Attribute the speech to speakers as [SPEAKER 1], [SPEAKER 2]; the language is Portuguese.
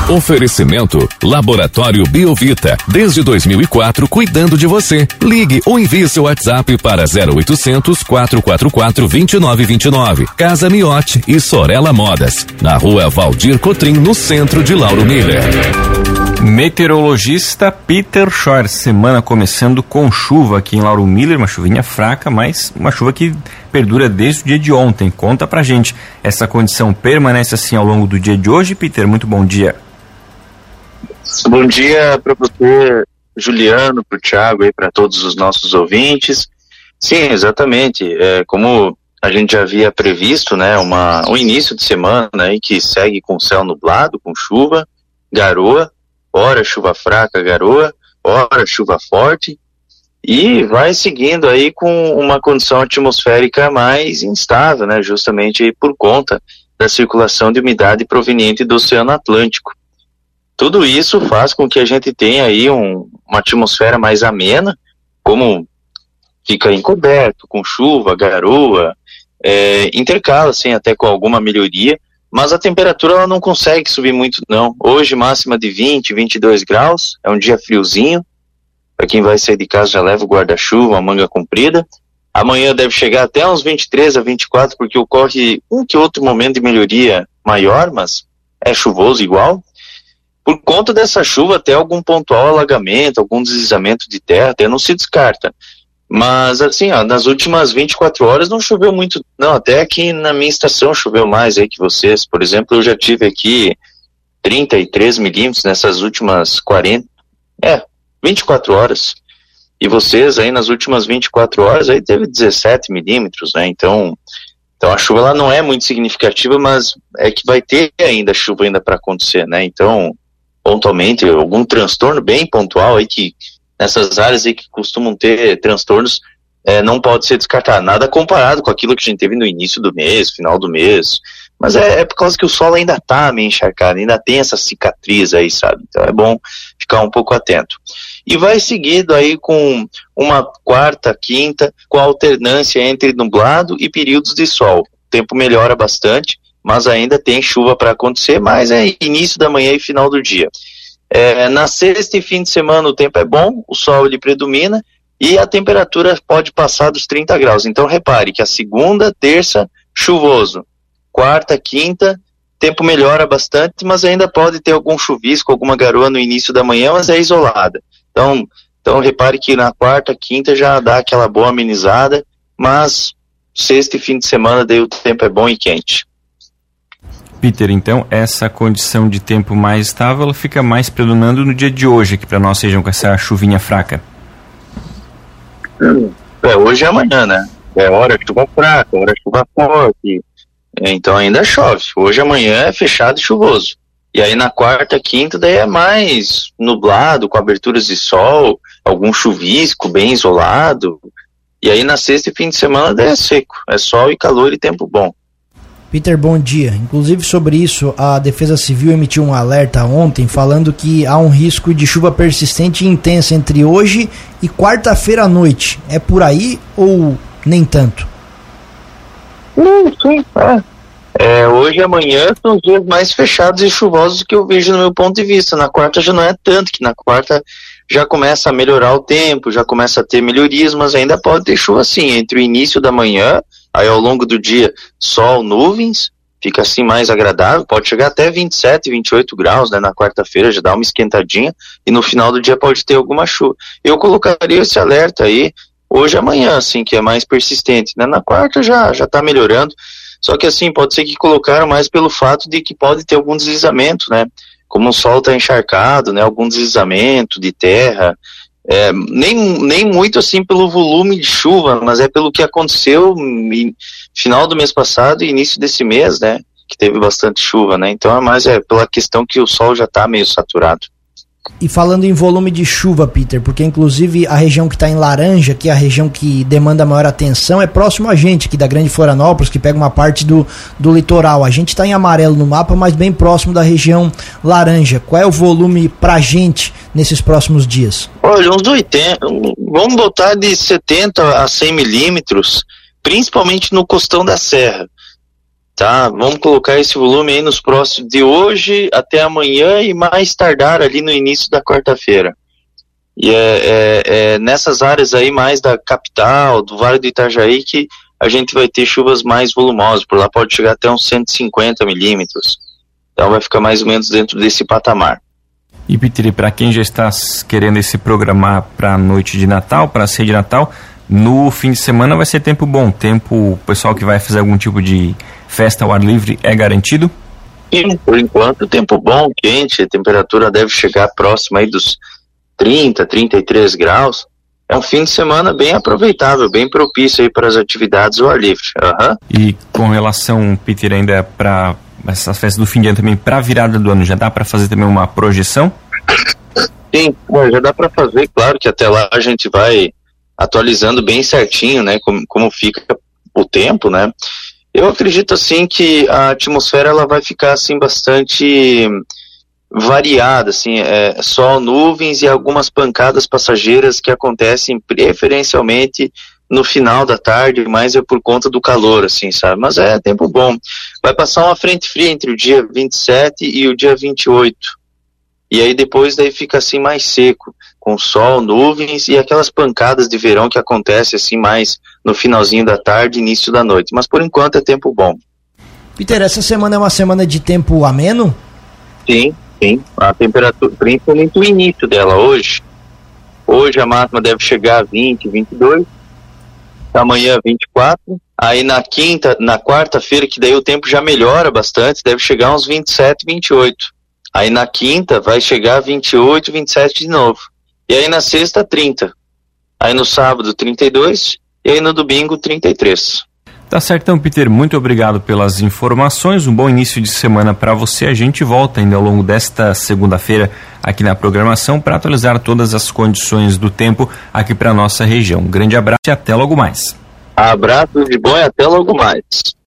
[SPEAKER 1] Oferecimento Laboratório Biovita. Desde 2004, cuidando de você. Ligue ou envie seu WhatsApp para 0800 444 2929. Casa Miotti e Sorella Modas. Na rua Valdir Cotrim, no centro de Lauro Miller.
[SPEAKER 2] Meteorologista Peter Schor. Semana começando com chuva aqui em Lauro Miller, uma chuvinha fraca, mas uma chuva que perdura desde o dia de ontem. Conta pra gente, essa condição permanece assim ao longo do dia de hoje? Peter, muito bom dia.
[SPEAKER 3] Bom dia para você, Juliano, para o Thiago e para todos os nossos ouvintes. Sim, exatamente. Como a gente já havia previsto, né, um início de semana aí que segue com céu nublado, com chuva, garoa, ora chuva fraca, garoa, ora chuva forte, e vai seguindo aí com uma condição atmosférica mais instável, né, justamente por conta da circulação de umidade proveniente do Oceano Atlântico. Tudo isso faz com que a gente tenha aí uma atmosfera mais amena, como fica encoberto, com chuva, garoa, intercala assim até com alguma melhoria, mas a temperatura ela não consegue subir muito não. Hoje máxima de 20, 22 graus, é um dia friozinho, para quem vai sair de casa já leva o guarda-chuva, uma manga comprida. Amanhã deve chegar até uns 23 a 24, porque ocorre um que outro momento de melhoria maior, mas é chuvoso igual. Por conta dessa chuva, até algum pontual alagamento, algum deslizamento de terra, até não se descarta. Mas, assim, nas últimas 24 horas não choveu muito, não. Até aqui na minha estação choveu mais aí que vocês. Por exemplo, eu já tive aqui 33 milímetros nessas últimas 24 horas. E vocês aí nas últimas 24 horas aí teve 17 milímetros, né? Então a chuva ela não é muito significativa, mas é que vai ter ainda chuva ainda para acontecer, né? Então, pontualmente, algum transtorno bem pontual aí que nessas áreas aí que costumam ter transtornos não pode ser descartado. Nada comparado com aquilo que a gente teve no início do mês, final do mês. Mas é por causa que o solo ainda tá meio encharcado, ainda tem essa cicatriz aí, sabe? Então é bom ficar um pouco atento. E vai seguido aí com uma quarta, quinta, com alternância entre nublado e períodos de sol. O tempo melhora bastante, mas ainda tem chuva para acontecer, mas é início da manhã e final do dia. Na sexta e fim de semana o tempo é bom, o sol ele predomina e a temperatura pode passar dos 30 graus. Então repare que a segunda, terça, chuvoso. Quarta, quinta, tempo melhora bastante, mas ainda pode ter algum chuvisco, alguma garoa no início da manhã, mas é isolada. Então repare que na quarta, quinta já dá aquela boa amenizada, mas sexta e fim de semana daí o tempo é bom e quente.
[SPEAKER 2] Peter, então essa condição de tempo mais estável ela fica mais predominando no dia de hoje aqui para nossa região com essa chuvinha fraca.
[SPEAKER 3] Hoje e amanhã, né? Hora chuva fraca, hora chuva forte, então ainda chove. Hoje e amanhã é fechado e chuvoso. E aí na quarta, quinta daí é mais nublado, com aberturas de sol, algum chuvisco bem isolado. E aí na sexta e fim de semana daí é seco, é sol e calor e tempo bom.
[SPEAKER 4] Peter, bom dia. Inclusive sobre isso, a Defesa Civil emitiu um alerta ontem falando que há um risco de chuva persistente e intensa entre hoje e quarta-feira à noite. É por aí ou nem tanto?
[SPEAKER 3] Sim. Hoje e amanhã são os dias mais fechados e chuvosos que eu vejo no meu ponto de vista. Na quarta já não é tanto, que na quarta já começa a melhorar o tempo, já começa a ter melhorias, mas ainda pode ter chuva sim, entre o início da manhã, aí ao longo do dia, sol, nuvens, fica assim mais agradável, pode chegar até 27, 28 graus, né, na quarta-feira já dá uma esquentadinha, e no final do dia pode ter alguma chuva. Eu colocaria esse alerta aí, hoje e amanhã, assim, que é mais persistente, né, na quarta já tá melhorando, só que assim, pode ser que colocaram mais pelo fato de que pode ter algum deslizamento, né, como o solo está encharcado, né, algum deslizamento de terra, nem muito assim pelo volume de chuva, mas é pelo que aconteceu no final do mês passado e início desse mês, né, que teve bastante chuva, né, então é pela questão que o sol já está meio saturado.
[SPEAKER 4] E falando em volume de chuva, Peter, porque inclusive a região que está em laranja, que é a região que demanda maior atenção, é próximo a gente aqui da Grande Florianópolis, que pega uma parte do litoral. A gente está em amarelo no mapa, mas bem próximo da região laranja. Qual é o volume pra gente nesses próximos dias?
[SPEAKER 3] Olha, uns 80, vamos botar de 70 a 100 milímetros, principalmente no costão da serra. tá? Vamos colocar esse volume aí nos próximos, de hoje até amanhã e mais tardar ali no início da quarta-feira. E é nessas áreas aí mais da capital, do Vale do Itajaí, que a gente vai ter chuvas mais volumosas. Por lá pode chegar até uns 150 milímetros. Então vai ficar mais ou menos dentro desse patamar.
[SPEAKER 2] E Peter, para quem já está querendo se programar para a noite de Natal, para a ceia de Natal, no fim de semana vai ser tempo bom. O pessoal que vai fazer algum tipo de festa ao ar livre é garantido?
[SPEAKER 3] Sim, por enquanto, tempo bom, quente, a temperatura deve chegar próxima aí dos 30, 33 graus. É um fim de semana bem aproveitável, bem propício aí para as atividades ao ar livre.
[SPEAKER 2] E com relação, Peter, ainda para essa festa do fim de ano também, para a virada do ano, já dá para fazer também uma projeção?
[SPEAKER 3] Sim, já dá para fazer, claro que até lá a gente vai atualizando bem certinho, né, como fica o tempo, né. Eu acredito, assim, que a atmosfera, ela vai ficar, assim, bastante variada, assim, sol, nuvens e algumas pancadas passageiras que acontecem preferencialmente no final da tarde, mas é por conta do calor, assim, sabe, mas é tempo bom. Vai passar uma frente fria entre o dia 27 e o dia 28, e aí depois daí fica assim mais seco, com sol, nuvens e aquelas pancadas de verão que acontecem assim mais no finalzinho da tarde, início da noite, mas por enquanto é tempo bom.
[SPEAKER 4] Peter, essa semana é uma semana de tempo ameno?
[SPEAKER 3] Sim, a temperatura, principalmente o início dela, hoje a máxima deve chegar a 20, 22, amanhã 24, aí na quarta-feira, que daí o tempo já melhora bastante, deve chegar uns 27, 28, aí na quinta vai chegar a 28, 27 de novo, e aí na sexta 30, aí no sábado 32, e aí no domingo 33.
[SPEAKER 2] Tá certo, então, Peter, muito obrigado pelas informações, um bom início de semana para você. A gente volta ainda ao longo desta segunda-feira aqui na programação para atualizar todas as condições do tempo aqui para nossa região. Um grande abraço e até logo mais.
[SPEAKER 3] Abraço de bom e até logo mais.